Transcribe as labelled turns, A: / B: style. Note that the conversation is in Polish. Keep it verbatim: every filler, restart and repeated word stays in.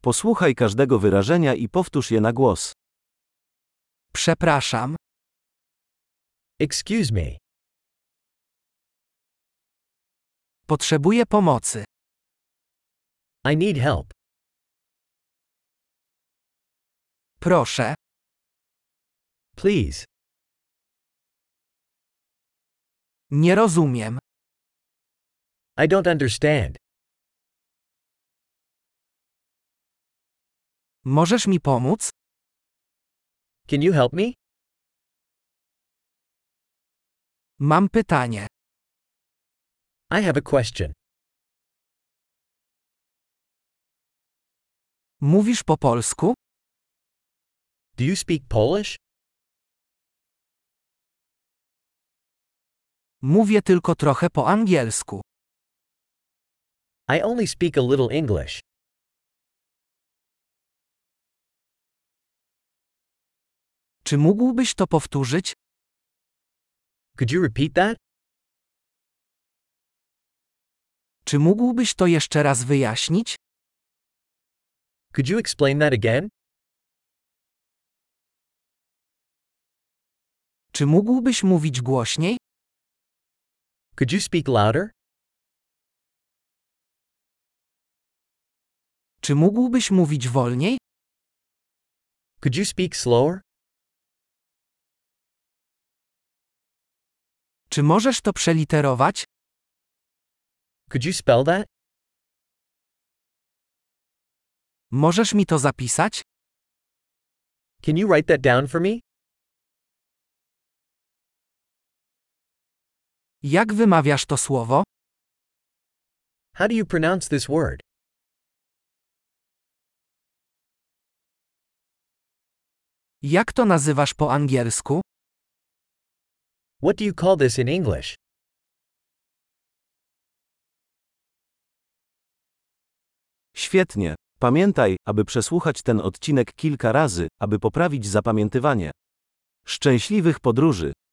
A: Posłuchaj każdego wyrażenia i powtórz je na głos.
B: Przepraszam.
C: Excuse me.
B: Potrzebuję pomocy.
C: I need help.
B: Proszę.
C: Please.
B: Nie rozumiem.
C: I don't understand.
B: Możesz mi pomóc?
C: Can you help me?
B: Mam pytanie.
C: I have a question.
B: Mówisz po polsku?
C: Do you speak Polish?
B: Mówię tylko trochę po angielsku.
C: I only speak a little English.
B: Czy mógłbyś to powtórzyć?
C: Could you repeat that?
B: Czy mógłbyś to jeszcze raz wyjaśnić?
C: Could you explain that again?
B: Czy mógłbyś mówić głośniej?
C: Could you speak louder?
B: Czy mógłbyś mówić wolniej?
C: Could you speak slower?
B: Czy możesz to przeliterować?
C: Could you spell that?
B: Możesz mi to zapisać?
C: Can you write that down for me?
B: Jak wymawiasz to słowo?
C: How do you pronounce this word?
B: Jak to nazywasz po angielsku?
C: What do you call this in English?
A: Świetnie. Pamiętaj, aby przesłuchać ten odcinek kilka razy, aby poprawić zapamiętywanie. Szczęśliwych podróży!